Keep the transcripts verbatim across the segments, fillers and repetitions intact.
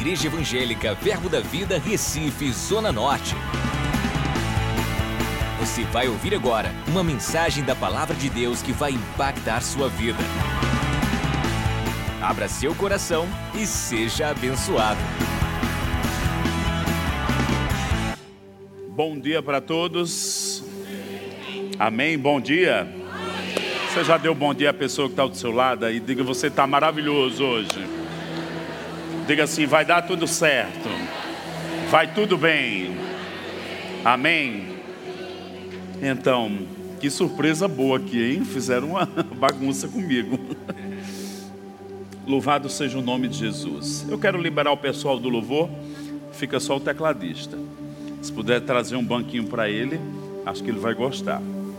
Igreja Evangélica Verbo da Vida, Recife, Zona Norte. Você vai ouvir agora uma mensagem da Palavra de Deus que vai impactar sua vida. Abra seu coração e seja abençoado. Bom dia para todos. Amém, bom dia. Você já deu bom dia à pessoa que está do seu lado e diga: você está maravilhoso hoje. Diga assim: vai dar tudo certo, vai tudo bem. Amém. Então, que surpresa boa aqui, hein? Fizeram uma bagunça comigo. Louvado seja o nome de Jesus. Eu quero liberar o pessoal do louvor. Fica só o tecladista. Se puder trazer um banquinho para ele, acho que ele vai gostar.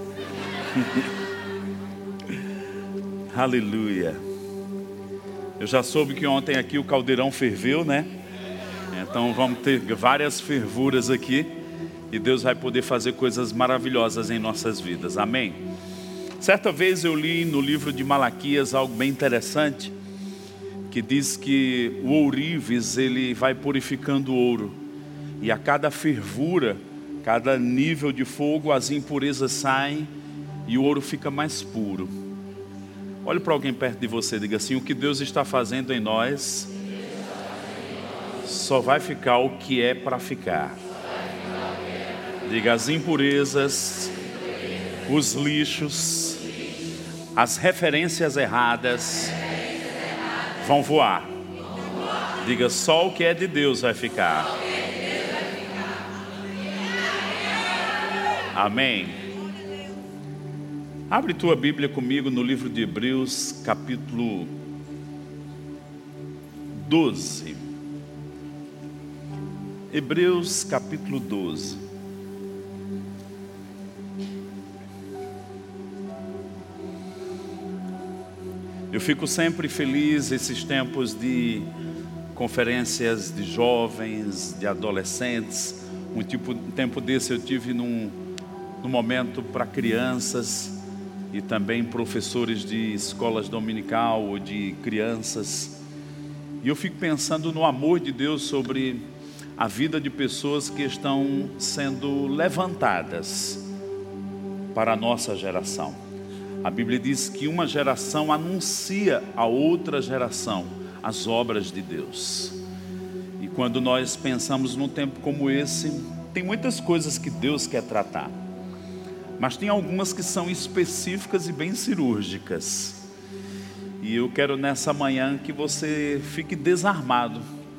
Aleluia. Eu já soube que ontem aqui o caldeirão ferveu, né? Então vamos ter várias fervuras aqui. E Deus vai poder fazer coisas maravilhosas em nossas vidas. Amém? Certa vez eu li no livro de Malaquias algo bem interessante, que diz que o ourives, ele vai purificando o ouro. E a cada fervura, cada nível de fogo, as impurezas saem e o ouro fica mais puro. Olhe para alguém perto de você e diga assim: o que Deus está fazendo em nós só vai ficar o que é para ficar. Diga: as impurezas, os lixos, as referências erradas vão voar. Diga: só o que é de Deus vai ficar. Amém. Abre tua Bíblia comigo no livro de Hebreus, capítulo doze. Hebreus, capítulo doze. Eu fico sempre feliz esses tempos de conferências de jovens, de adolescentes. Um tipo, um tempo desse eu tive num, num momento para crianças e também professores de escolas dominical ou de crianças. E eu fico pensando no amor de Deus sobre a vida de pessoas que estão sendo levantadas para a nossa geração. A Bíblia diz que uma geração anuncia a outra geração as obras de Deus. E quando nós pensamos num tempo como esse, tem muitas coisas que Deus quer tratar, mas tem algumas que são específicas e bem cirúrgicas. E eu quero nessa manhã que você fique desarmado.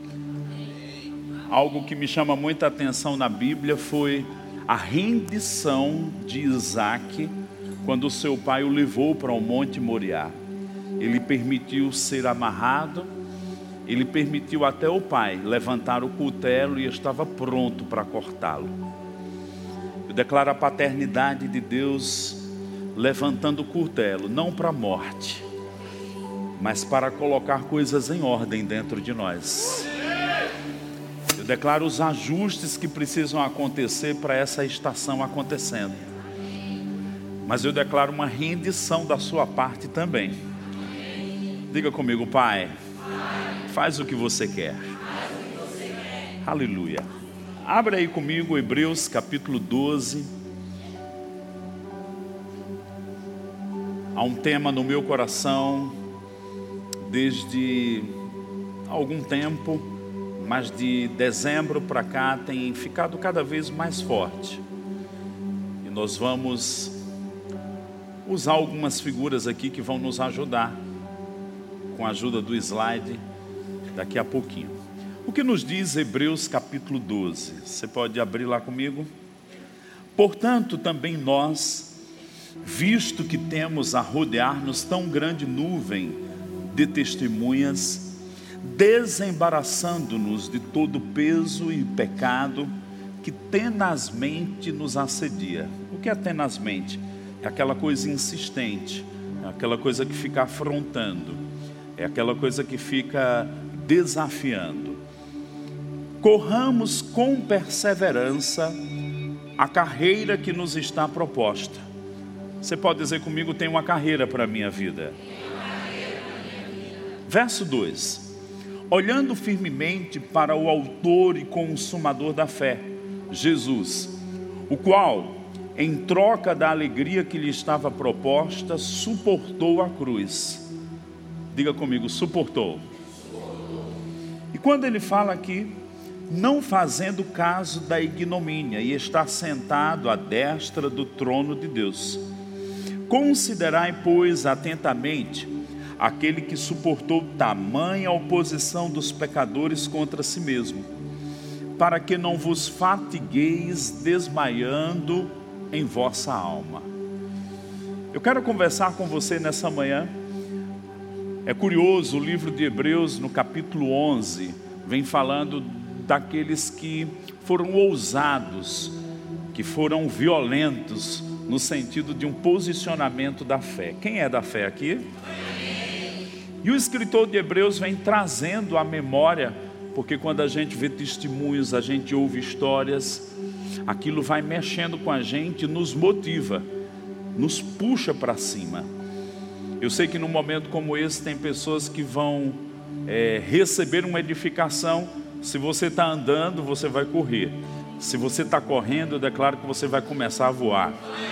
Algo que me chama muita atenção na Bíblia foi a rendição de Isaac quando seu pai o levou para o Monte Moriá. Ele permitiu ser amarrado, ele permitiu até o pai levantar o cutelo e estava pronto para cortá-lo. Eu declaro a paternidade de Deus levantando o cutelo, não para a morte, mas para colocar coisas em ordem dentro de nós. Eu declaro os ajustes que precisam acontecer para essa estação acontecendo. Mas eu declaro uma rendição da sua parte também. Diga comigo: Pai, faz o que você quer. Aleluia. Abre aí comigo Hebreus capítulo doze. Há um tema no meu coração desde algum tempo, mas de dezembro para cá tem ficado cada vez mais forte. E nós vamos usar algumas figuras aqui que vão nos ajudar, com a ajuda do slide, daqui a pouquinho. O que nos diz Hebreus capítulo doze? Você pode abrir lá comigo? Portanto, também nós, visto que temos a rodear-nos tão grande nuvem de testemunhas, desembaraçando-nos de todo peso e pecado que tenazmente nos assedia. O que é tenazmente? É aquela coisa insistente, é aquela coisa que fica afrontando, é aquela coisa que fica desafiando. Corramos com perseverança a carreira que nos está proposta. Você pode dizer comigo: tem uma carreira para a minha vida. Verso dois: olhando firmemente para o autor e consumador da fé, Jesus, o qual, em troca da alegria que lhe estava proposta, suportou a cruz. Diga comigo, suportou. E quando ele fala aqui, não fazendo caso da ignomínia, e está sentado à destra do trono de Deus. Considerai, pois, atentamente aquele que suportou tamanha oposição dos pecadores contra si mesmo, para que não vos fatigueis desmaiando em vossa alma. Eu quero conversar com você nessa manhã. É curioso, o livro de Hebreus, no capítulo onze, vem falando daqueles que foram ousados, que foram violentos, no sentido de um posicionamento da fé. Quem é da fé aqui? E o escritor de Hebreus vem trazendo à memória, porque quando a gente vê testemunhos, a gente ouve histórias, aquilo vai mexendo com a gente, nos motiva, nos puxa para cima. Eu sei que num momento como esse tem pessoas que vão é, receber uma edificação. Se você está andando, você vai correr. Se você está correndo, eu declaro que você vai começar a voar.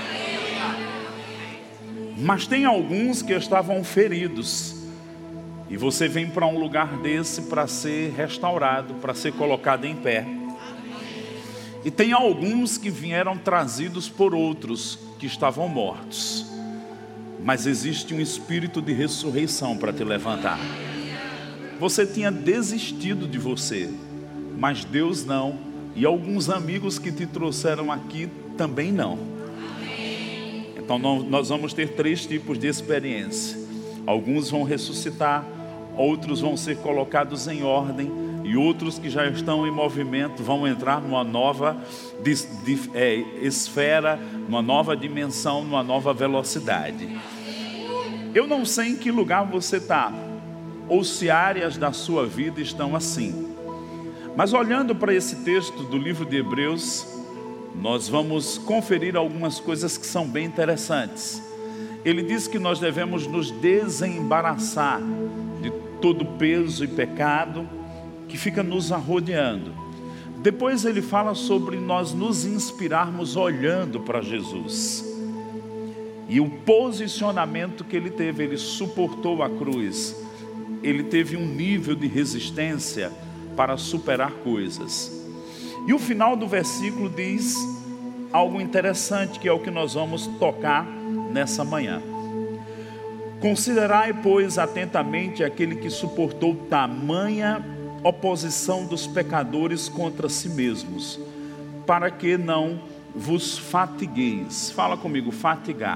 Mas tem alguns que estavam feridos, e você vem para um lugar desse para ser restaurado, para ser colocado em pé. E tem alguns que vieram trazidos por outros que estavam mortos, mas existe um espírito de ressurreição para te levantar. Você tinha desistido de você, mas Deus não, e alguns amigos que te trouxeram aqui também não. Então nós vamos ter três tipos de experiência. Alguns vão ressuscitar, outros vão ser colocados em ordem, e outros que já estão em movimento vão entrar numa nova de, de, é, esfera, numa nova dimensão, numa nova velocidade. Eu não sei em que lugar você está, ou se áreas da sua vida estão assim. Mas olhando para esse texto do livro de Hebreus, nós vamos conferir algumas coisas que são bem interessantes. Ele diz que nós devemos nos desembaraçar de todo peso e pecado que fica nos arrodeando. Depois ele fala sobre nós nos inspirarmos olhando para Jesus. E o posicionamento que ele teve, ele suportou a cruz. Ele teve um nível de resistência para superar coisas. E o final do versículo diz algo interessante, que é o que nós vamos tocar nessa manhã. Considerai, pois, atentamente aquele que suportou tamanha oposição dos pecadores contra si mesmos, para que não vos fatigueis. Fala comigo, fatigar.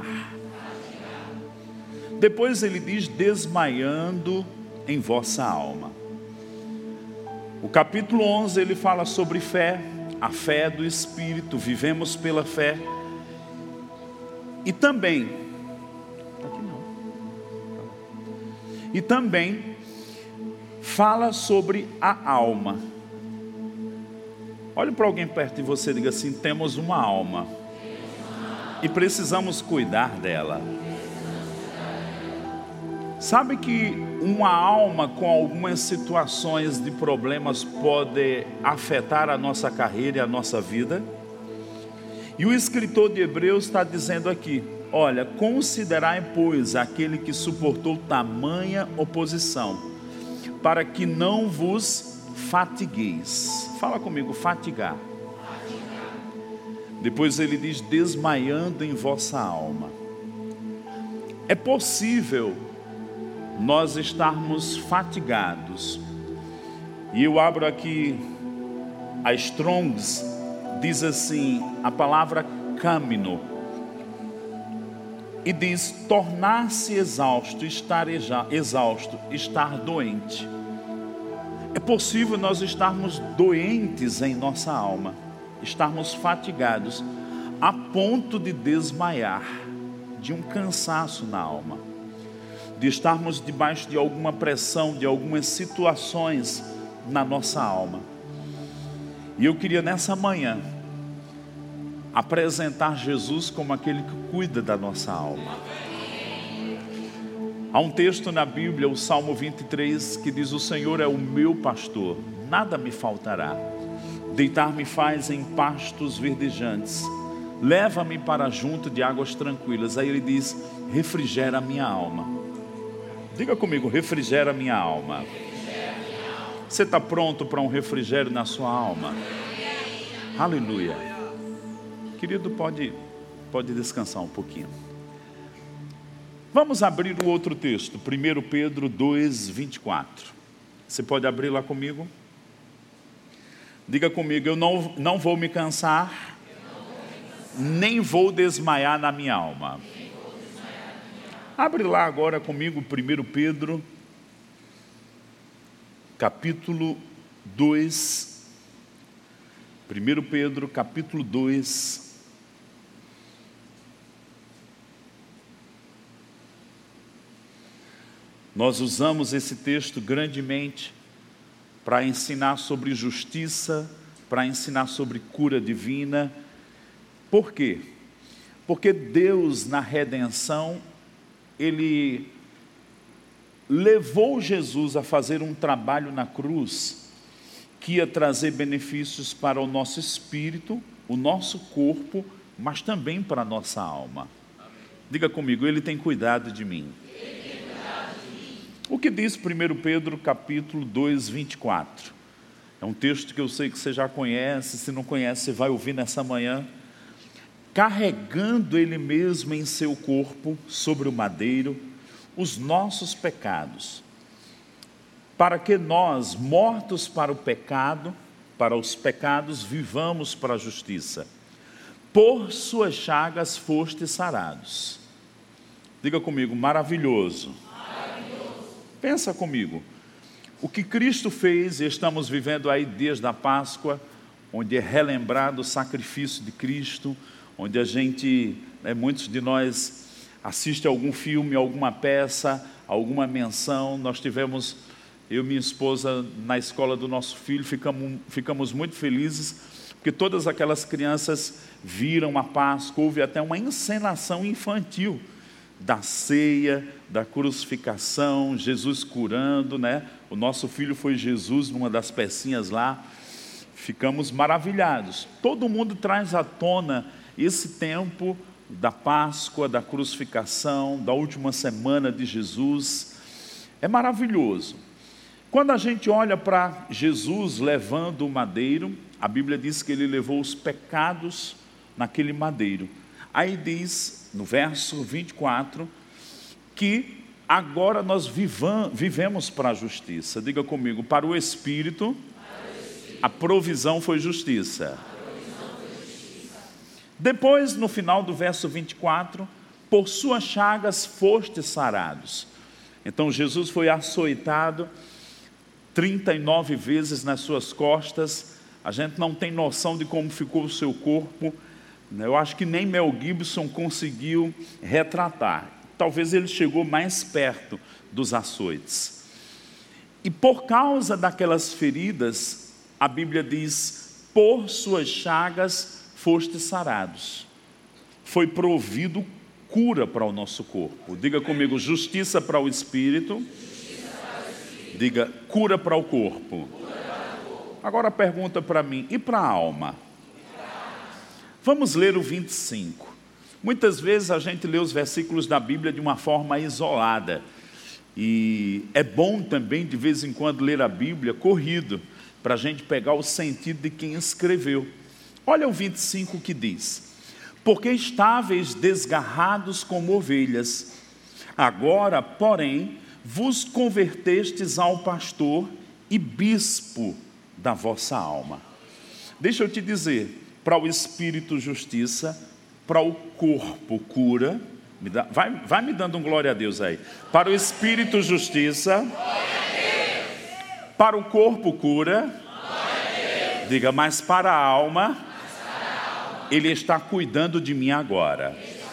Depois ele diz, desmaiando em vossa alma. O capítulo onze ele fala sobre fé, a fé do Espírito, vivemos pela fé. E também, aqui não. E também fala sobre a alma. Olhe para alguém perto de você e diga assim, temos uma alma e precisamos cuidar dela. Sabe que uma alma com algumas situações de problemas pode afetar a nossa carreira e a nossa vida? E o escritor de Hebreus está dizendo aqui, olha, considerai, pois, aquele que suportou tamanha oposição, para que não vos fatigueis. Fala comigo, fatigar. fatigar. Depois ele diz, desmaiando em vossa alma. É possível nós estarmos fatigados. E eu abro aqui a Strong's, diz assim, a palavra câmino, e diz, tornar-se exausto, estar exausto, estar doente. É possível nós estarmos doentes em nossa alma, estarmos fatigados, a ponto de desmaiar, de um cansaço na alma, de estarmos debaixo de alguma pressão, de algumas situações na nossa alma. E eu queria nessa manhã apresentar Jesus como aquele que cuida da nossa alma. Há um texto na Bíblia, o Salmo vinte e três, que diz: o Senhor é o meu pastor, nada me faltará. Deitar-me faz em pastos verdejantes, leva-me para junto de águas tranquilas. Aí ele diz: refrigera a minha alma. Diga comigo: refrigera a minha alma. Você está pronto para um refrigério na sua alma? Aleluia. Querido, pode, pode descansar um pouquinho. Vamos abrir o outro texto, primeiro Pedro dois, vinte e quatro. Você pode abrir lá comigo? Diga comigo: eu não, não vou me cansar, nem vou desmaiar na minha alma. Abre lá agora comigo, primeiro Pedro, capítulo dois. primeiro Pedro, capítulo dois. Nós usamos esse texto grandemente para ensinar sobre justiça, para ensinar sobre cura divina. Por quê? Porque Deus, na redenção, Ele levou Jesus a fazer um trabalho na cruz que ia trazer benefícios para o nosso espírito, o nosso corpo, mas também para a nossa alma. Diga comigo: Ele tem cuidado de mim. O que diz primeiro Pedro capítulo dois, vinte e quatro? É um texto que eu sei que você já conhece. Se não conhece, você vai ouvir nessa manhã. Carregando Ele mesmo em seu corpo, sobre o madeiro, os nossos pecados, para que nós, mortos para o pecado, para os pecados, vivamos para a justiça. Por suas chagas fostes sarados. Diga comigo: maravilhoso. Pensa comigo, o que Cristo fez, e estamos vivendo aí desde a Páscoa, onde é relembrado o sacrifício de Cristo, onde a gente, né, muitos de nós assiste algum filme, alguma peça, alguma menção. Nós tivemos, eu e minha esposa, na escola do nosso filho, ficamos, ficamos muito felizes, porque todas aquelas crianças viram a Páscoa. Houve até uma encenação infantil da ceia, da crucificação, Jesus curando, né? O nosso filho foi Jesus numa das pecinhas lá. Ficamos maravilhados. Todo mundo traz à tona esse tempo da Páscoa, da crucificação, da última semana de Jesus. É maravilhoso. Quando a gente olha para Jesus levando o madeiro, a Bíblia diz que Ele levou os pecados naquele madeiro. Aí diz, no verso vinte e quatro, que agora nós vivam, vivemos para a justiça. Diga comigo: para o Espírito, a provisão foi justiça. Depois, no final do verso vinte e quatro, por suas chagas fostes sarados. Então Jesus foi açoitado trinta e nove vezes nas suas costas. A gente não tem noção de como ficou o seu corpo. Eu acho que nem Mel Gibson conseguiu retratar. Talvez ele chegou mais perto dos açoites. E por causa daquelas feridas, a Bíblia diz: por suas chagas fostes sarados. Foi provido cura para o nosso corpo. Diga comigo: justiça para o espírito. Diga: cura para o corpo. Agora pergunta para mim: e para a alma? Vamos ler o vinte e cinco. Muitas vezes a gente lê os versículos da Bíblia de uma forma isolada. E é bom também, de vez em quando, ler a Bíblia corrido, para a gente pegar o sentido de quem escreveu. Olha o vinte e cinco que diz: porque estáveis desgarrados como ovelhas, agora, porém, vos convertestes ao pastor e bispo da vossa alma. Deixa eu te dizer, para o espírito justiça, para o corpo cura, me dá, vai, vai me dando um glória a Deus aí. Para o espírito justiça, para o corpo cura, diga, mas para a alma, Ele está cuidando de mim agora.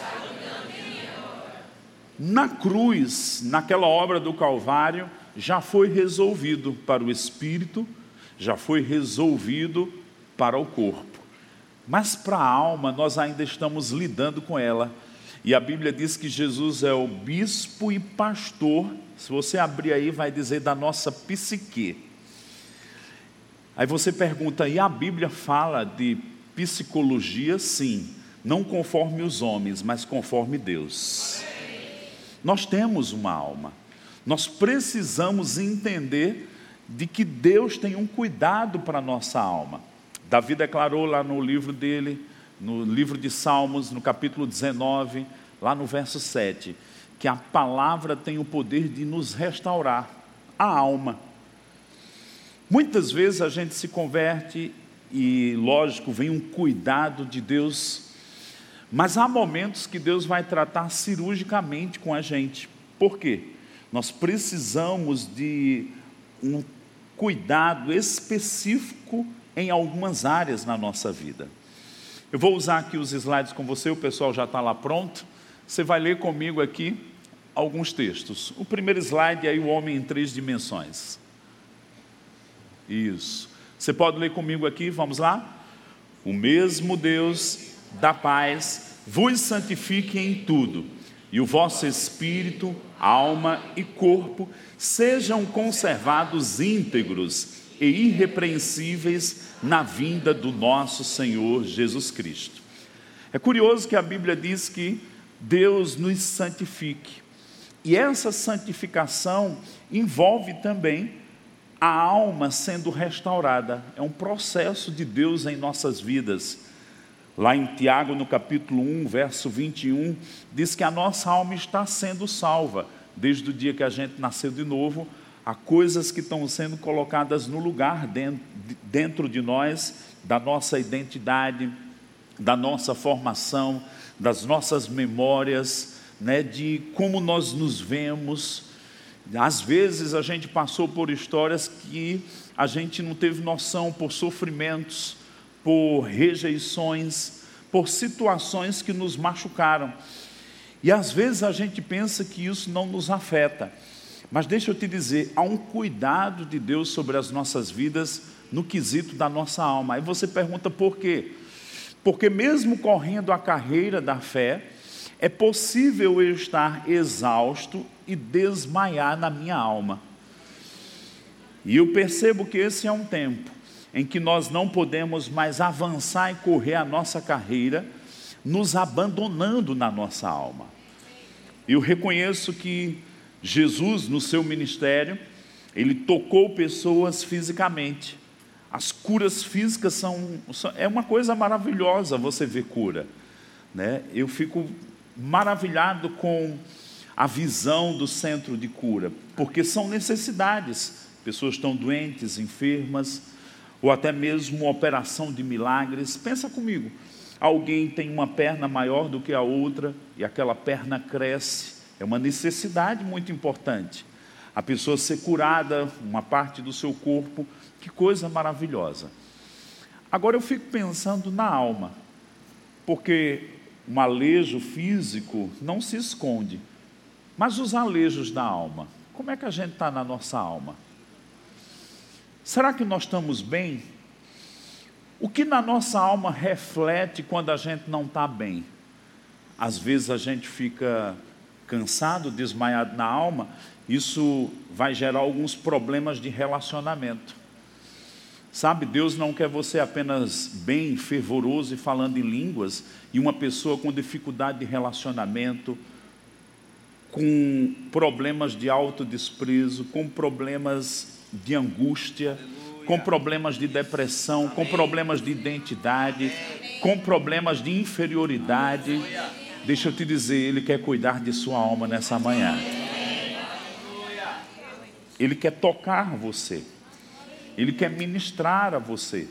Na cruz, naquela obra do Calvário, já foi resolvido para o espírito, já foi resolvido para o corpo. Mas para a alma, nós ainda estamos lidando com ela. E a Bíblia diz que Jesus é o bispo e pastor. Se você abrir aí, vai dizer da nossa psique. Aí você pergunta, e a Bíblia fala de psicologia? Sim, não conforme os homens, mas conforme Deus. Nós temos uma alma. Nós precisamos entender de que Deus tem um cuidado para a nossa alma. Davi declarou lá no livro dele, no livro de Salmos, no capítulo dezenove, lá no verso sete, que a palavra tem o poder de nos restaurar a alma. Muitas vezes a gente se converte e, lógico, vem um cuidado de Deus, mas há momentos que Deus vai tratar cirurgicamente com a gente. Por quê? Nós precisamos de um cuidado específico em algumas áreas na nossa vida. Eu vou usar aqui os slides com você, o pessoal já está lá pronto. Você vai ler comigo aqui alguns textos. O primeiro slide é aí o homem em três dimensões. Isso. Você pode ler comigo aqui, vamos lá? O mesmo Deus da paz vos santifique em tudo, e o vosso espírito, alma e corpo sejam conservados íntegros e irrepreensíveis na vinda do nosso Senhor Jesus Cristo. É curioso que a Bíblia diz que Deus nos santifique, e essa santificação envolve também a alma sendo restaurada. É um processo de Deus em nossas vidas. Lá em Tiago, no capítulo um, verso vinte e um, diz que a nossa alma está sendo salva. Desde o dia que a gente nasceu de novo, há coisas que estão sendo colocadas no lugar dentro, dentro de nós, da nossa identidade, da nossa formação, das nossas memórias, né, de como nós nos vemos. Às vezes a gente passou por histórias que a gente não teve noção, por sofrimentos, por rejeições, por situações que nos machucaram. E às vezes a gente pensa que isso não nos afeta. Mas deixa eu te dizer, há um cuidado de Deus sobre as nossas vidas no quesito da nossa alma. Aí você pergunta por quê? Porque mesmo correndo a carreira da fé, é possível eu estar exausto e desmaiar na minha alma. E eu percebo que esse é um tempo em que nós não podemos mais avançar e correr a nossa carreira, nos abandonando na nossa alma. Eu reconheço que Jesus, no seu ministério, ele tocou pessoas fisicamente. As curas físicas são, é uma coisa maravilhosa você ver cura, né? Eu fico maravilhado com a visão do centro de cura, porque são necessidades. Pessoas estão doentes, enfermas, ou até mesmo operação de milagres. Pensa comigo, alguém tem uma perna maior do que a outra e aquela perna cresce, é uma necessidade muito importante. A pessoa ser curada, uma parte do seu corpo, que coisa maravilhosa. Agora eu fico pensando na alma, porque um alejo físico não se esconde, mas os alejos da alma, como é que a gente está na nossa alma? Será que nós estamos bem? O que na nossa alma reflete quando a gente não está bem? Às vezes a gente fica cansado, desmaiado na alma, isso vai gerar alguns problemas de relacionamento. Sabe, Deus não quer você apenas bem, fervoroso e falando em línguas, e uma pessoa com dificuldade de relacionamento, com problemas de autodesprezo, com problemas de angústia, aleluia, com problemas de depressão, amém, com problemas de identidade, amém, com problemas de inferioridade. Aleluia. Deixa eu te dizer, Ele quer cuidar de sua alma nessa manhã. Amém. Ele quer tocar você. Ele quer ministrar a você.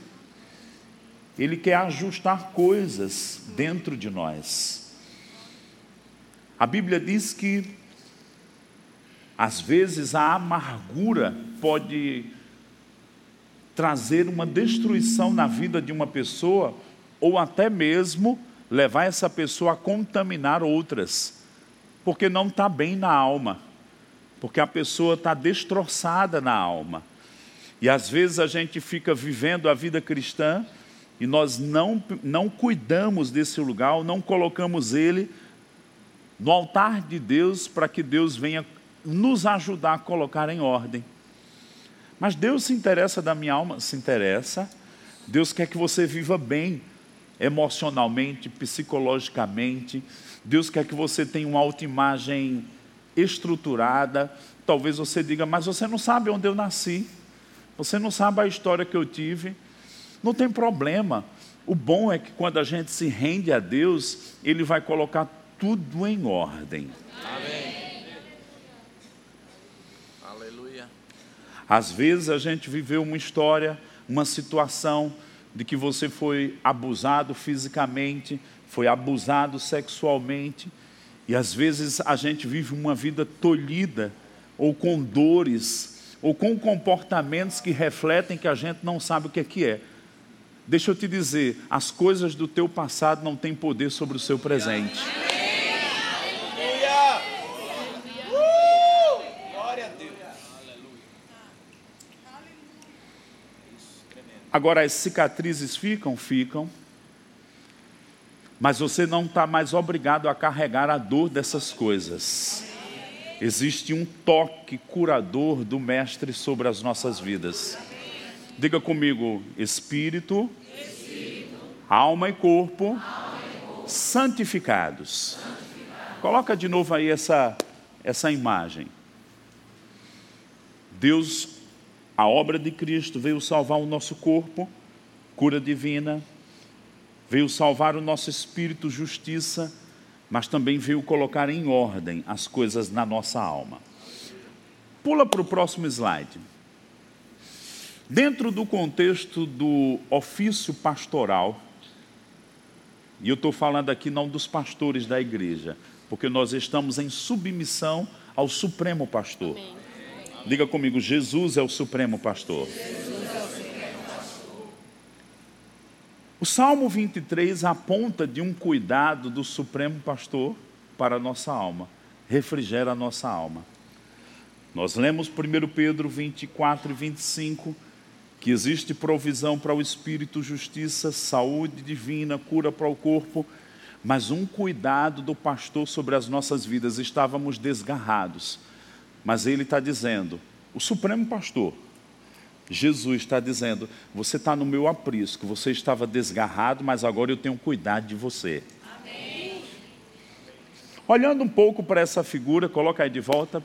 Ele quer ajustar coisas dentro de nós. A Bíblia diz que às vezes a amargura pode trazer uma destruição na vida de uma pessoa, ou até mesmo levar essa pessoa a contaminar outras, porque não está bem na alma, porque a pessoa está destroçada na alma. E às vezes a gente fica vivendo a vida cristã e nós não, não cuidamos desse lugar, ou não colocamos ele no altar de Deus, para que Deus venha nos ajudar a colocar em ordem. Mas Deus se interessa da minha alma? Se interessa. Deus quer que você viva bem, emocionalmente, psicologicamente. Deus quer que você tenha uma autoimagem estruturada. Talvez você diga, mas você não sabe onde eu nasci. Você não sabe a história que eu tive. Não tem problema. O bom é que quando a gente se rende a Deus, Ele vai colocar tudo em ordem. Amém. Aleluia. Às vezes a gente viveu uma história, uma situação de que você foi abusado fisicamente, foi abusado sexualmente, e às vezes a gente vive uma vida tolhida, ou com dores, ou com comportamentos que refletem que a gente não sabe o que é que é. Deixa eu te dizer, as coisas do teu passado não têm poder sobre o seu presente. Agora, as cicatrizes ficam? Ficam. Mas você não está mais obrigado a carregar a dor dessas coisas. Existe um toque curador do Mestre sobre as nossas vidas. Diga comigo, espírito, espírito. Alma, e corpo, alma e corpo, santificados. santificados. Coloca de novo aí essa, essa imagem. Deus, a obra de Cristo veio salvar o nosso corpo, cura divina, veio salvar o nosso espírito, justiça, mas também veio colocar em ordem as coisas na nossa alma. Pula para o próximo slide. Dentro do contexto do ofício pastoral, e eu estou falando aqui não dos pastores da igreja, porque nós estamos em submissão ao Supremo Pastor. Amém. Diga comigo, Jesus é o Supremo Pastor. O Salmo vinte e três aponta de um cuidado do Supremo Pastor para a nossa alma, refrigera a nossa alma. Nós lemos primeiro Pedro vinte e quatro e vinte e cinco, que existe provisão para o espírito, justiça, saúde divina, cura para o corpo, mas um cuidado do pastor sobre as nossas vidas. Estávamos desgarrados, mas ele está dizendo, o Supremo Pastor, Jesus está dizendo, você está no meu aprisco, você estava desgarrado, mas agora eu tenho cuidado de você. Amém. Olhando um pouco para essa figura, coloca aí de volta.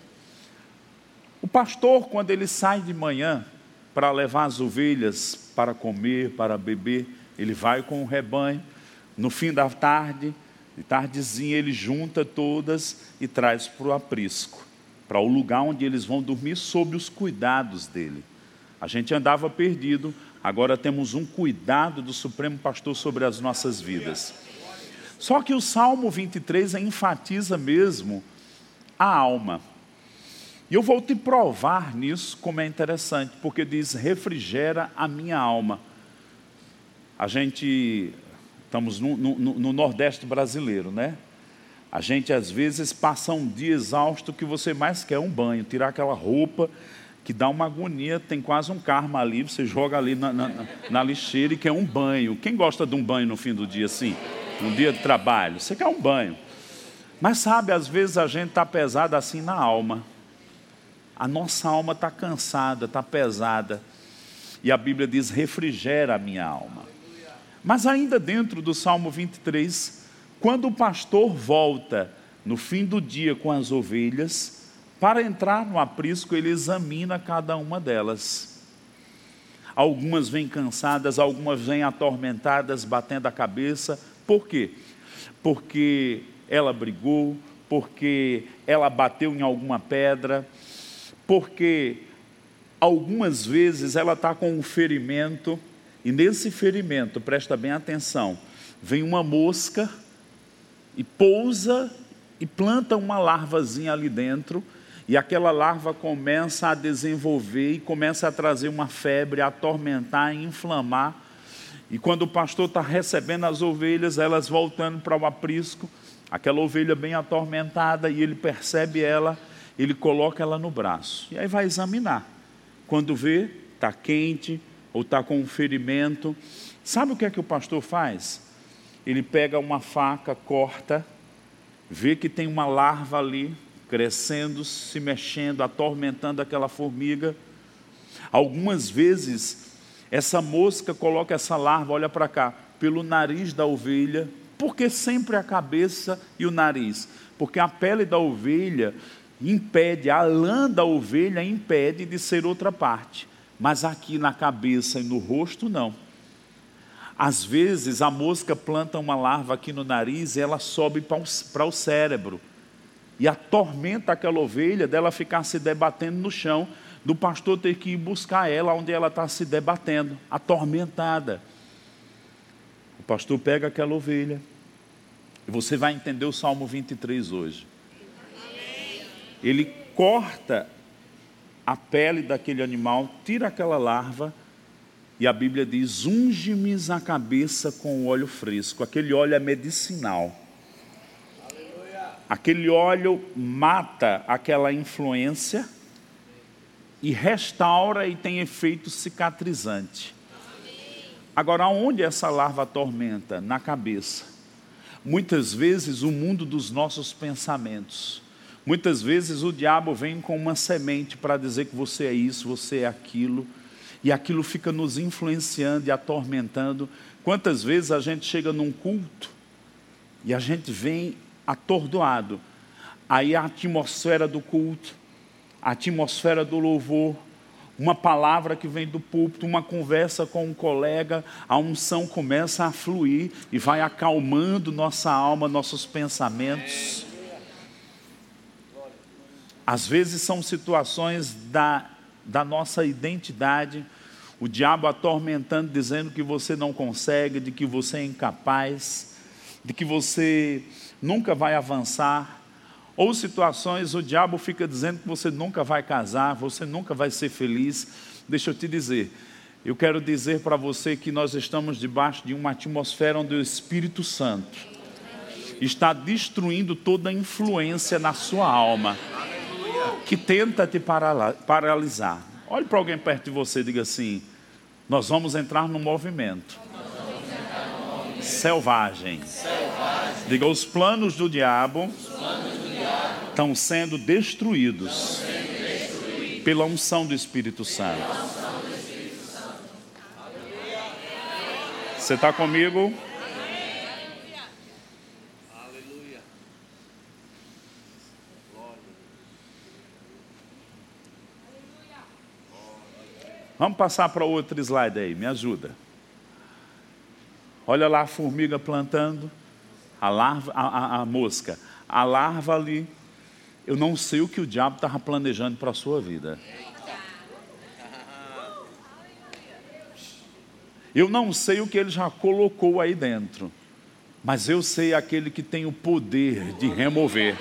O pastor, quando ele sai de manhã para levar as ovelhas para comer, para beber, ele vai com o rebanho. No fim da tarde, de tardezinha, ele junta todas e traz para o aprisco, para o lugar onde eles vão dormir sob os cuidados dele. A gente andava perdido, agora temos um cuidado do Supremo Pastor sobre as nossas vidas. Só que o Salmo vinte e três enfatiza mesmo a alma. E eu vou te provar nisso como é interessante, porque diz, refrigera a minha alma. A gente, estamos no, no, no Nordeste brasileiro, né? A gente às vezes passa um dia exausto, que você mais quer um banho, tirar aquela roupa que dá uma agonia, tem quase um karma ali, você joga ali na, na, na lixeira e quer um banho. Quem gosta de um banho no fim do dia assim? Um dia de trabalho, você quer um banho. Mas sabe, às vezes a gente está pesado assim na alma. A nossa alma está cansada, está pesada. E a Bíblia diz, refrigera a minha alma. Mas ainda dentro do Salmo vinte e três, quando o pastor volta no fim do dia com as ovelhas, para entrar no aprisco, ele examina cada uma delas. Algumas vêm cansadas, algumas vêm atormentadas, batendo a cabeça. Por quê? Porque ela brigou, porque ela bateu em alguma pedra, porque algumas vezes ela está com um ferimento, e nesse ferimento, presta bem atenção, vem uma mosca e pousa e planta uma larvazinha ali dentro, e aquela larva começa a desenvolver e começa a trazer uma febre, a atormentar, a inflamar. E quando o pastor está recebendo as ovelhas, elas voltando para o aprisco, aquela ovelha bem atormentada, e ele percebe ela, ele coloca ela no braço, e aí vai examinar. Quando vê, está quente, ou está com um ferimento. Sabe o que é que o pastor faz? Ele pega uma faca, corta, vê que tem uma larva ali, crescendo, se mexendo, atormentando aquela formiga. Algumas vezes, essa mosca coloca essa larva, olha para cá, pelo nariz da ovelha. Por que sempre a cabeça e o nariz? Porque a pele da ovelha impede, a lã da ovelha impede de ser outra parte. Mas aqui na cabeça e no rosto, não. Às vezes, a mosca planta uma larva aqui no nariz e ela sobe para o cérebro. E atormenta aquela ovelha dela ficar se debatendo no chão, do pastor ter que ir buscar ela onde ela está se debatendo, atormentada. O pastor pega aquela ovelha, e você vai entender o Salmo vinte e três hoje. Ele corta a pele daquele animal, tira aquela larva, e a Bíblia diz, unge-me a cabeça com óleo fresco. Aquele óleo é medicinal. Aquele óleo mata aquela influência e restaura e tem efeito cicatrizante. Agora, onde essa larva atormenta? Na cabeça. Muitas vezes o mundo dos nossos pensamentos. Muitas vezes o diabo vem com uma semente para dizer que você é isso, você é aquilo. E aquilo fica nos influenciando e atormentando. Quantas vezes a gente chega num culto e a gente vem atordoado. Aí a atmosfera do culto, a atmosfera do louvor, uma palavra que vem do púlpito, uma conversa com um colega, a unção começa a fluir e vai acalmando nossa alma, nossos pensamentos. Às vezes são situações da, da nossa identidade, o diabo atormentando, dizendo que você não consegue, de que você é incapaz, de que você nunca vai avançar. Ou situações, o diabo fica dizendo que você nunca vai casar, você nunca vai ser feliz. Deixa eu te dizer, eu quero dizer para você que nós estamos debaixo de uma atmosfera onde o Espírito Santo está destruindo toda a influência na sua alma, que tenta te paralisar. Olhe para alguém perto de você e diga assim, nós vamos entrar num movimento, movimento. Selvagem. selvagem. Diga, os planos do diabo estão sendo destruídos pela unção do Espírito Santo. Você está comigo? Vamos passar para outro slide aí, me ajuda. Olha lá a formiga plantando, a larva, a, a, a mosca. A larva ali, eu não sei o que o diabo estava planejando para a sua vida. Eu não sei o que ele já colocou aí dentro. Mas eu sei aquele que tem o poder de remover.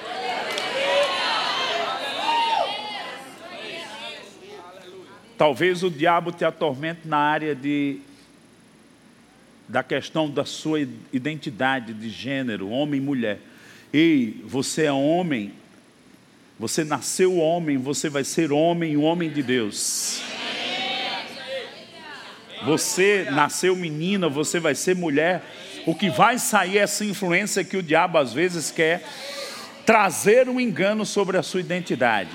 Talvez o diabo te atormente na área de, da questão da sua identidade de gênero, homem e mulher. Ei, você é homem, você nasceu homem, você vai ser homem, o homem de Deus. Você nasceu menina, você vai ser mulher. O que vai sair é essa influência que o diabo às vezes quer trazer um engano sobre a sua identidade.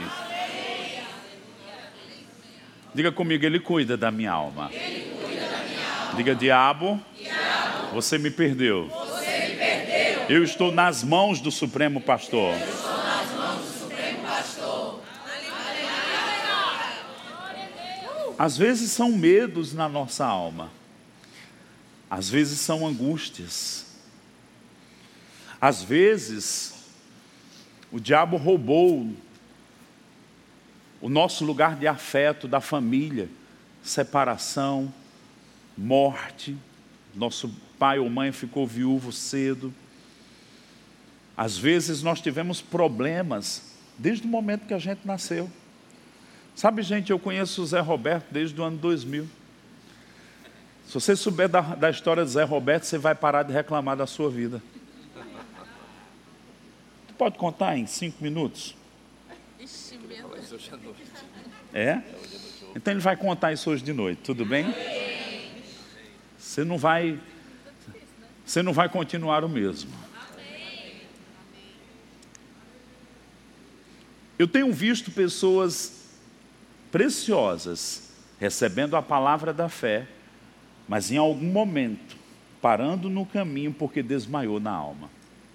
Diga comigo, ele cuida da minha alma. Diga, diabo, você me perdeu. Eu estou nas mãos do Supremo Pastor. Eu estou nas mãos do Supremo Pastor. Às vezes são medos na nossa alma. Às vezes são angústias. Às vezes o diabo roubou o nosso lugar de afeto da família, separação, morte. Nosso pai ou mãe ficou viúvo cedo. Às vezes nós tivemos problemas desde o momento que a gente nasceu. Sabe, gente, eu conheço o Zé Roberto desde o ano dois mil. Se você souber da, da história de Zé Roberto, você vai parar de reclamar da sua vida. Tu pode contar em cinco minutos? É? Então ele vai contar isso hoje de noite, tudo bem? Você não vai, você não vai continuar o mesmo. Eu tenho visto pessoas preciosas recebendo a palavra da fé, mas em algum momento parando no caminho porque desmaiou na alma.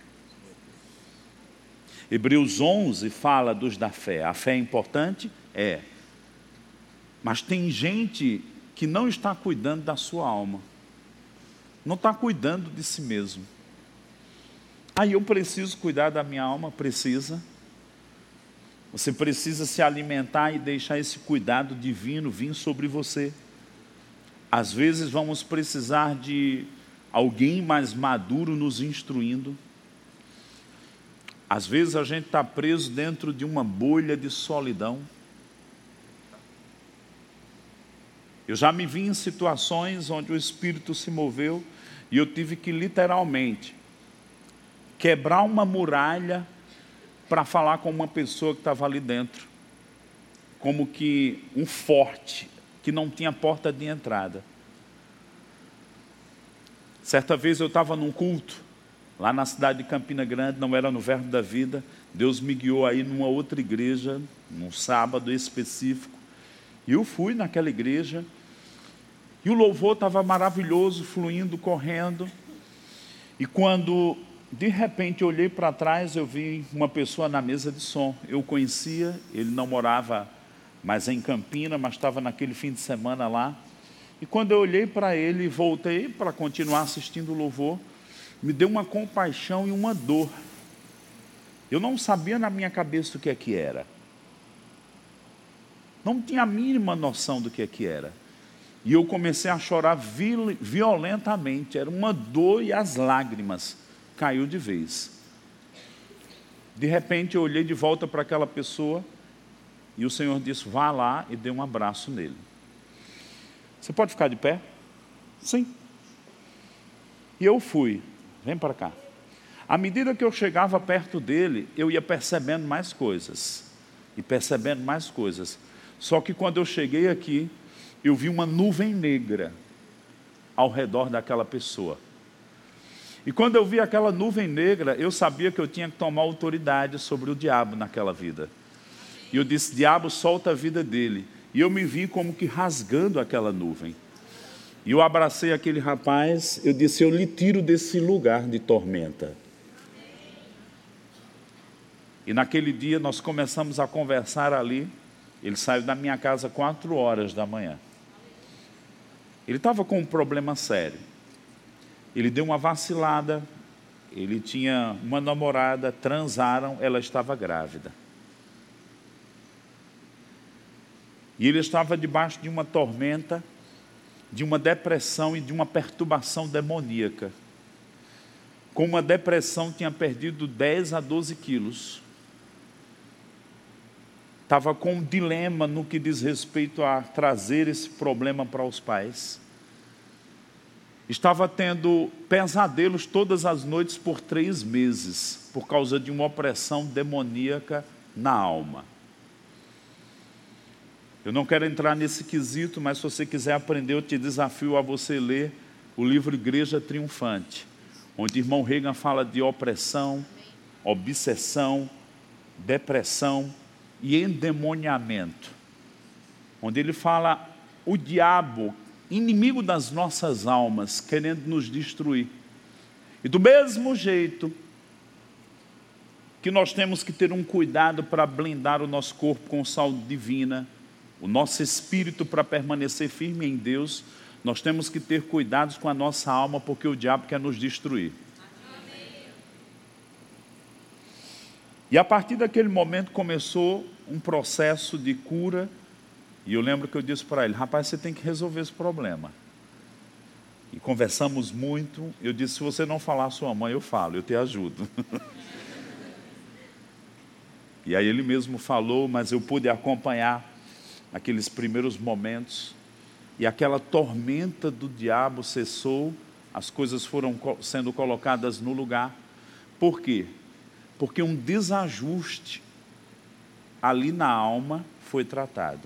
Hebreus onze fala dos da fé. A fé é importante? É. Mas tem gente que não está cuidando da sua alma. Não está cuidando de si mesmo. Aí eu preciso cuidar da minha alma? Precisa. Você precisa se alimentar e deixar esse cuidado divino vir sobre você. Às vezes vamos precisar de alguém mais maduro nos instruindo. Às vezes a gente está preso dentro de uma bolha de solidão. Eu já me vi em situações onde o Espírito se moveu e eu tive que literalmente quebrar uma muralha para falar com uma pessoa que estava ali dentro. Como que um forte que não tinha porta de entrada. Certa vez eu estava num culto, lá na cidade de Campina Grande, não era no Verbo da Vida. Deus me guiou aí numa outra igreja, num sábado específico. E eu fui naquela igreja, e o louvor estava maravilhoso, fluindo, correndo. E quando, de repente, eu olhei para trás, eu vi uma pessoa na mesa de som. Eu conhecia, ele não morava mais em Campina, mas estava naquele fim de semana lá. E quando eu olhei para ele e voltei para continuar assistindo o louvor, me deu uma compaixão e uma dor. Eu não sabia na minha cabeça o que é que era. Não tinha a mínima noção do que é que era. E eu comecei a chorar violentamente. Era uma dor e as lágrimas caiu de vez. De repente eu olhei de volta para aquela pessoa e o Senhor disse, vá lá e dê um abraço nele. Você pode ficar de pé? Sim. E eu fui. Vem para cá. À medida que eu chegava perto dele, eu ia percebendo mais coisas. E percebendo mais coisas. Só que quando eu cheguei aqui, eu vi uma nuvem negra ao redor daquela pessoa. E quando eu vi aquela nuvem negra, eu sabia que eu tinha que tomar autoridade sobre o diabo naquela vida. E eu disse, diabo, solta a vida dele. E eu me vi como que rasgando aquela nuvem. E eu abracei aquele rapaz, eu disse, eu lhe tiro desse lugar de tormenta. E naquele dia nós começamos a conversar ali. Ele saiu da minha casa quatro horas da manhã. Ele estava com um problema sério. Ele deu uma vacilada, ele tinha uma namorada, transaram, ela estava grávida. E ele estava debaixo de uma tormenta, de uma depressão e de uma perturbação demoníaca. Com uma depressão, tinha perdido dez a doze quilos. Estava com um dilema no que diz respeito a trazer esse problema para os pais. Estava tendo pesadelos todas as noites por três meses, por causa de uma opressão demoníaca na alma. Eu não quero entrar nesse quesito, mas se você quiser aprender, eu te desafio a você ler o livro Igreja Triunfante, onde o irmão Reagan fala de opressão, obsessão, depressão e endemoniamento, onde ele fala o diabo, inimigo das nossas almas, querendo nos destruir. E do mesmo jeito que nós temos que ter um cuidado para blindar o nosso corpo com saúde divina, o nosso espírito para permanecer firme em Deus, nós temos que ter cuidados com a nossa alma, porque o diabo quer nos destruir. E a partir daquele momento começou um processo de cura. E eu lembro que eu disse para ele, rapaz, você tem que resolver esse problema. E conversamos muito. Eu disse, se você não falar a sua mãe, eu falo, eu te ajudo. E aí ele mesmo falou, mas eu pude acompanhar aqueles primeiros momentos. E aquela tormenta do diabo cessou, as coisas foram sendo colocadas no lugar. Por quê? Porque um desajuste ali na alma foi tratado.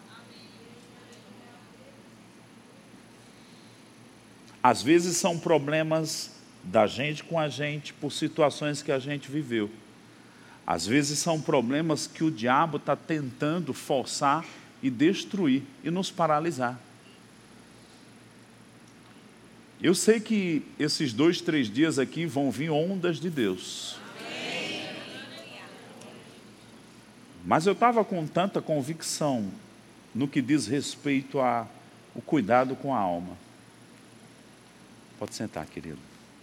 Às vezes são problemas da gente com a gente, por situações que a gente viveu. Às vezes são problemas que o diabo está tentando forçar e destruir e nos paralisar. Eu sei que esses dois, três dias aqui vão vir ondas de Deus. Mas eu estava com tanta convicção no que diz respeito ao cuidado com a alma. Pode sentar, querido.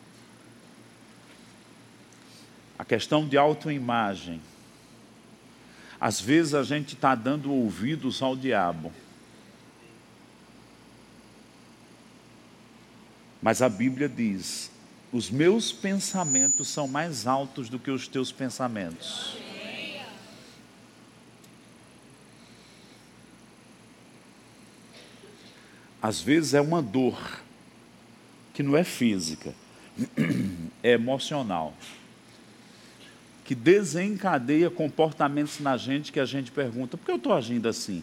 A questão de autoimagem. Às vezes a gente está dando ouvidos ao diabo. Mas a Bíblia diz: os meus pensamentos são mais altos do que os teus pensamentos. Às vezes é uma dor que não é física, é emocional, que desencadeia comportamentos na gente que a gente pergunta: por que eu estou agindo assim?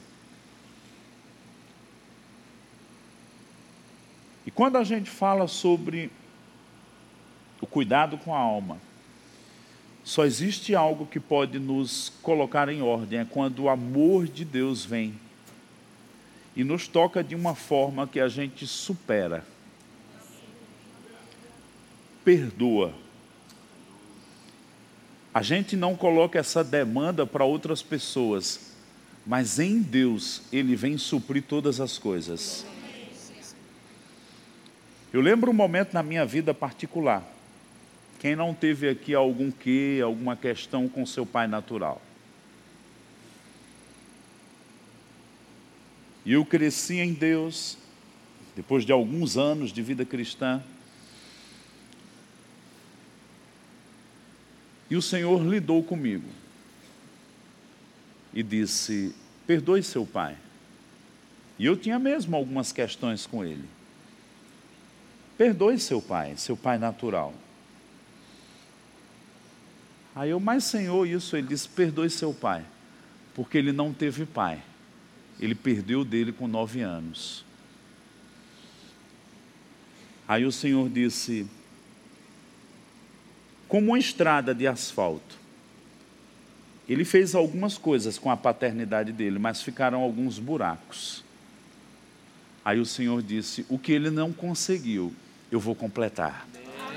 E quando a gente fala sobre o cuidado com a alma, só existe algo que pode nos colocar em ordem, é quando o amor de Deus vem e nos toca de uma forma que a gente supera, perdoa. A gente não coloca essa demanda para outras pessoas, mas em Deus Ele vem suprir todas as coisas. Eu lembro um momento na minha vida particular. Quem não teve aqui algum quê, alguma questão com seu pai natural? E eu cresci em Deus, depois de alguns anos de vida cristã. E o Senhor lidou comigo. E disse: perdoe seu pai. E eu tinha mesmo algumas questões com ele. Perdoe seu pai, seu pai natural. Aí eu, mas Senhor, isso, ele disse: perdoe seu pai, porque ele não teve pai. Ele perdeu o dele com nove anos. Aí o Senhor disse: como uma estrada de asfalto. Ele fez algumas coisas com a paternidade dele, mas ficaram alguns buracos. Aí o Senhor disse: o que ele não conseguiu, eu vou completar.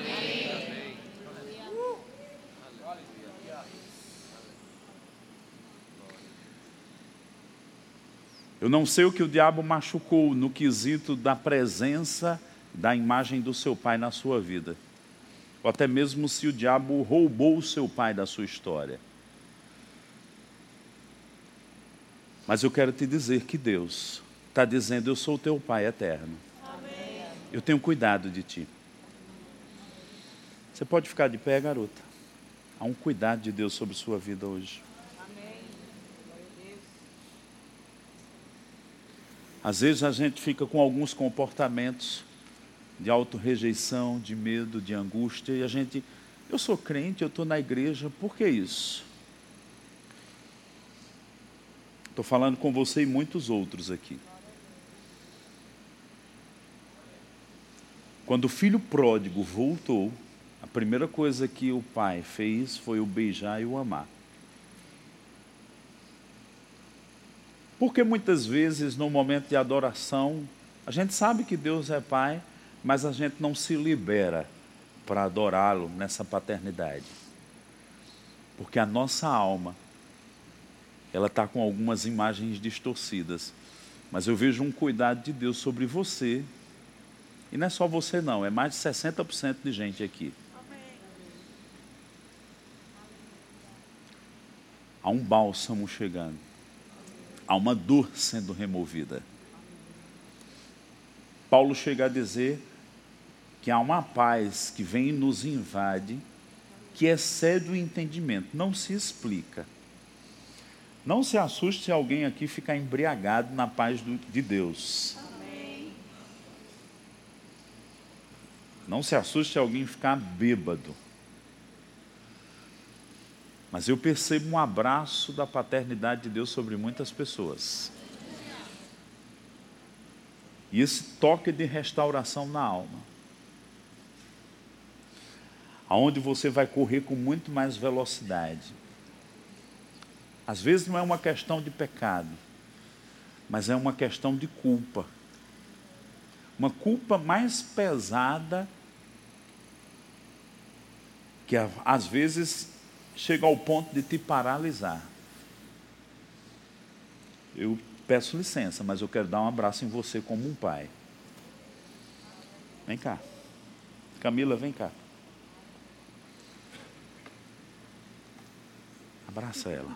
Eu não sei o que o diabo machucou no quesito da presença da imagem do seu pai na sua vida. Ou até mesmo se o diabo roubou o seu pai da sua história. Mas eu quero te dizer que Deus está dizendo: eu sou o teu pai eterno. Amém. Eu tenho cuidado de ti. Você pode ficar de pé, garota. Há um cuidado de Deus sobre sua vida hoje. Às vezes a gente fica com alguns comportamentos de autorrejeição, de medo, de angústia, e a gente, eu sou crente, eu estou na igreja, por que isso? Estou falando com você e muitos outros aqui. Quando o filho pródigo voltou, a primeira coisa que o pai fez foi o beijar e o amar. Porque muitas vezes, no momento de adoração, a gente sabe que Deus é Pai, mas a gente não se libera para adorá-lo nessa paternidade. Porque a nossa alma, ela está com algumas imagens distorcidas. Mas eu vejo um cuidado de Deus sobre você. E não é só você não, é mais de sessenta por cento de gente aqui. Há um bálsamo chegando. Há uma dor sendo removida. Paulo chega a dizer que há uma paz que vem e nos invade, que excede o entendimento, não se explica. Não se assuste se alguém aqui ficar embriagado na paz do, de Deus. Amém. Não se assuste se alguém ficar bêbado. Mas eu percebo um abraço da paternidade de Deus sobre muitas pessoas. E esse toque de restauração na alma. Aonde você vai correr com muito mais velocidade. Às vezes não é uma questão de pecado, mas é uma questão de culpa. Uma culpa mais pesada, que às vezes chega ao ponto de te paralisar. Eu peço licença, mas eu quero dar um abraço em você como um pai. Vem cá. Camila, vem cá. Abraça ela.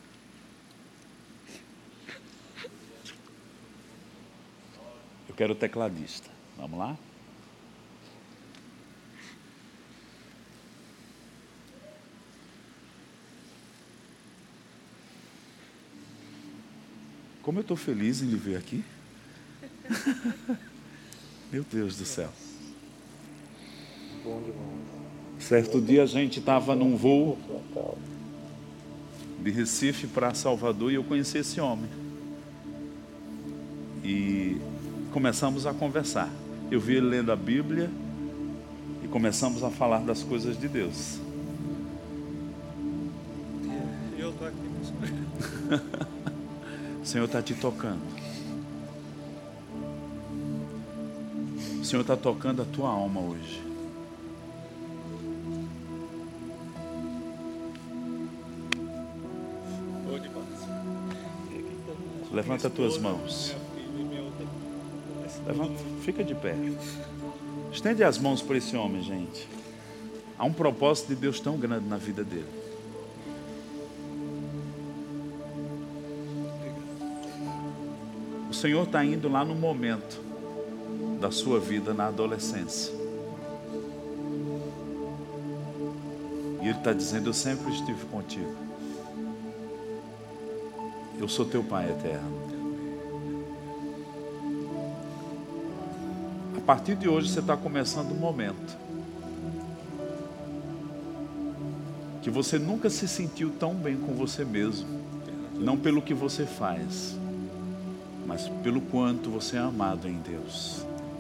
Eu quero o tecladista. Vamos lá? Como eu estou feliz em lhe ver aqui. Meu Deus do céu. Certo dia a gente estava num voo de Recife para Salvador e eu conheci esse homem. E começamos a conversar. Eu vi ele lendo a Bíblia e começamos a falar das coisas de Deus. Eu estou aqui, pastor. O Senhor está te tocando. O Senhor está tocando a tua alma hoje. Estou de paz. Levanta as tuas mãos. Levanta, fica de pé. Estende as mãos para esse homem, gente. Há um propósito de Deus tão grande na vida dele. O Senhor está indo lá no momento da sua vida na adolescência. E Ele está dizendo: eu sempre estive contigo. Eu sou teu Pai eterno. A partir de hoje você está começando um momento que você nunca se sentiu tão bem com você mesmo. Não pelo que você faz, mas pelo quanto você é amado em Deus.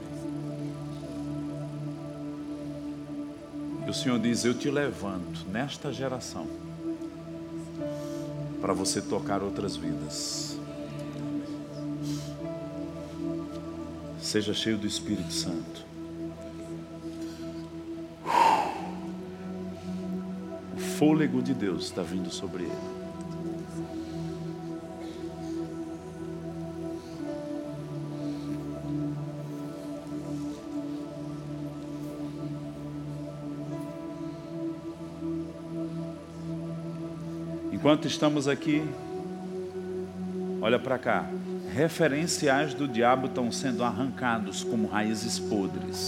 E o Senhor diz: eu te levanto nesta geração para você tocar outras vidas. Seja cheio do Espírito Santo. O fôlego de Deus está vindo sobre ele. Enquanto estamos aqui, olha para cá. Referenciais do diabo estão sendo arrancados como raízes podres.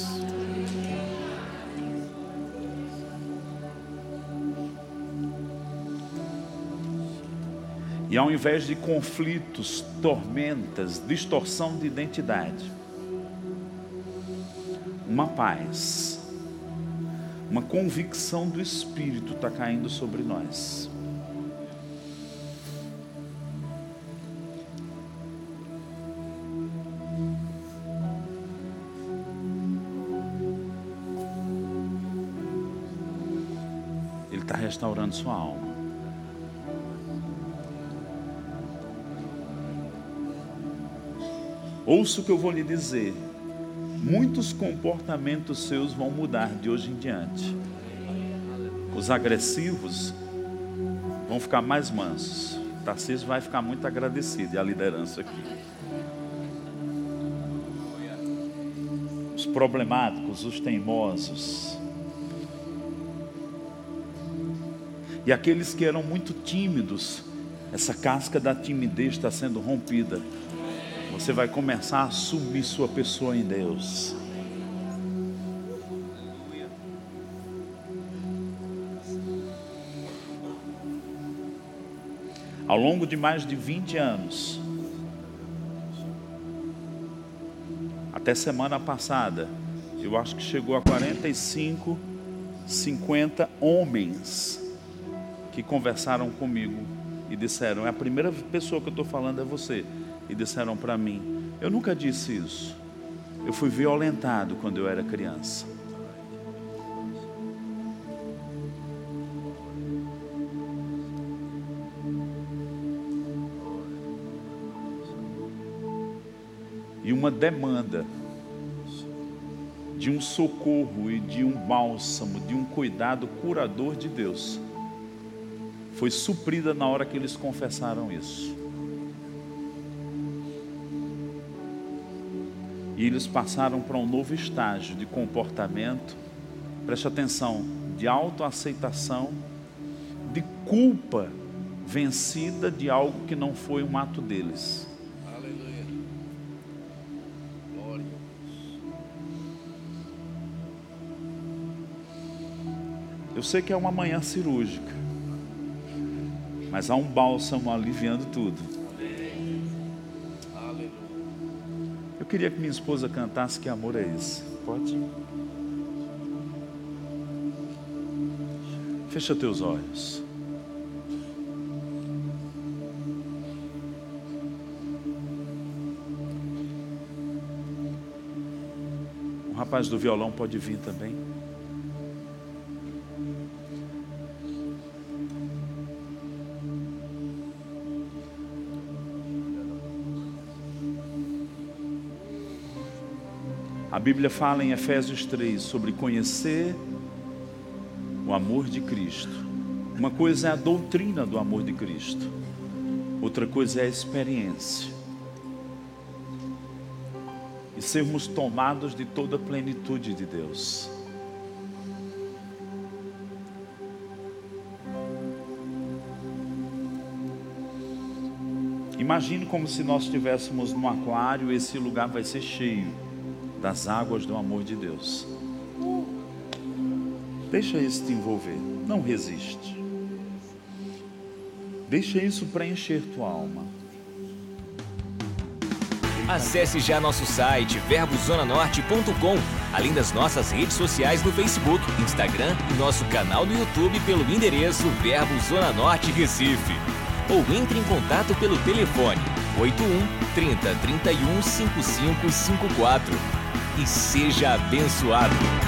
E ao invés de conflitos, tormentas, distorção de identidade, uma paz, uma convicção do Espírito está caindo sobre nós. Está restaurando sua alma. Ouça o que eu vou lhe dizer. Muitos comportamentos seus vão mudar de hoje em diante. Os agressivos vão ficar mais mansos. Tarcísio vai ficar muito agradecido, e a liderança aqui. Os problemáticos, os teimosos, e aqueles que eram muito tímidos, essa casca da timidez está sendo rompida. Você vai começar a assumir sua pessoa em Deus. Ao longo de mais de vinte anos, até semana passada, eu acho que chegou a quarenta e cinco, cinquenta homens que conversaram comigo e disseram: é a primeira pessoa que eu estou falando é você. E disseram para mim: eu nunca disse isso. Eu fui violentado quando eu era criança. e uma demanda de um socorro e de um bálsamo, de um cuidado curador de Deus, foi suprida na hora que eles confessaram isso. E eles passaram para um novo estágio de comportamento, preste atenção, de autoaceitação, de culpa vencida de algo que não foi um ato deles. Aleluia. Glória. Eu sei que é uma manhã cirúrgica, mas há um bálsamo aliviando tudo. Aleluia. Eu queria que minha esposa cantasse Que Amor É Esse. Pode? Fecha teus olhos. O rapaz do violão pode vir também. A Bíblia fala em Efésios três sobre conhecer o amor de Cristo. Uma coisa é a doutrina do amor de Cristo, outra coisa é a experiência. E sermos tomados de toda a plenitude de Deus. Imagine como se nós estivéssemos num aquário e esse lugar vai ser cheio das águas do amor de Deus. Deixa isso te envolver, não resiste. Deixa isso preencher tua alma. Acesse já nosso site verbo zona norte ponto com, além das nossas redes sociais no Facebook, Instagram e nosso canal no YouTube pelo endereço Verbo Zona Norte Recife. Ou entre em contato pelo telefone oito um, trinta, trinta e um, cinquenta e cinco cinquenta e quatro. E seja abençoado.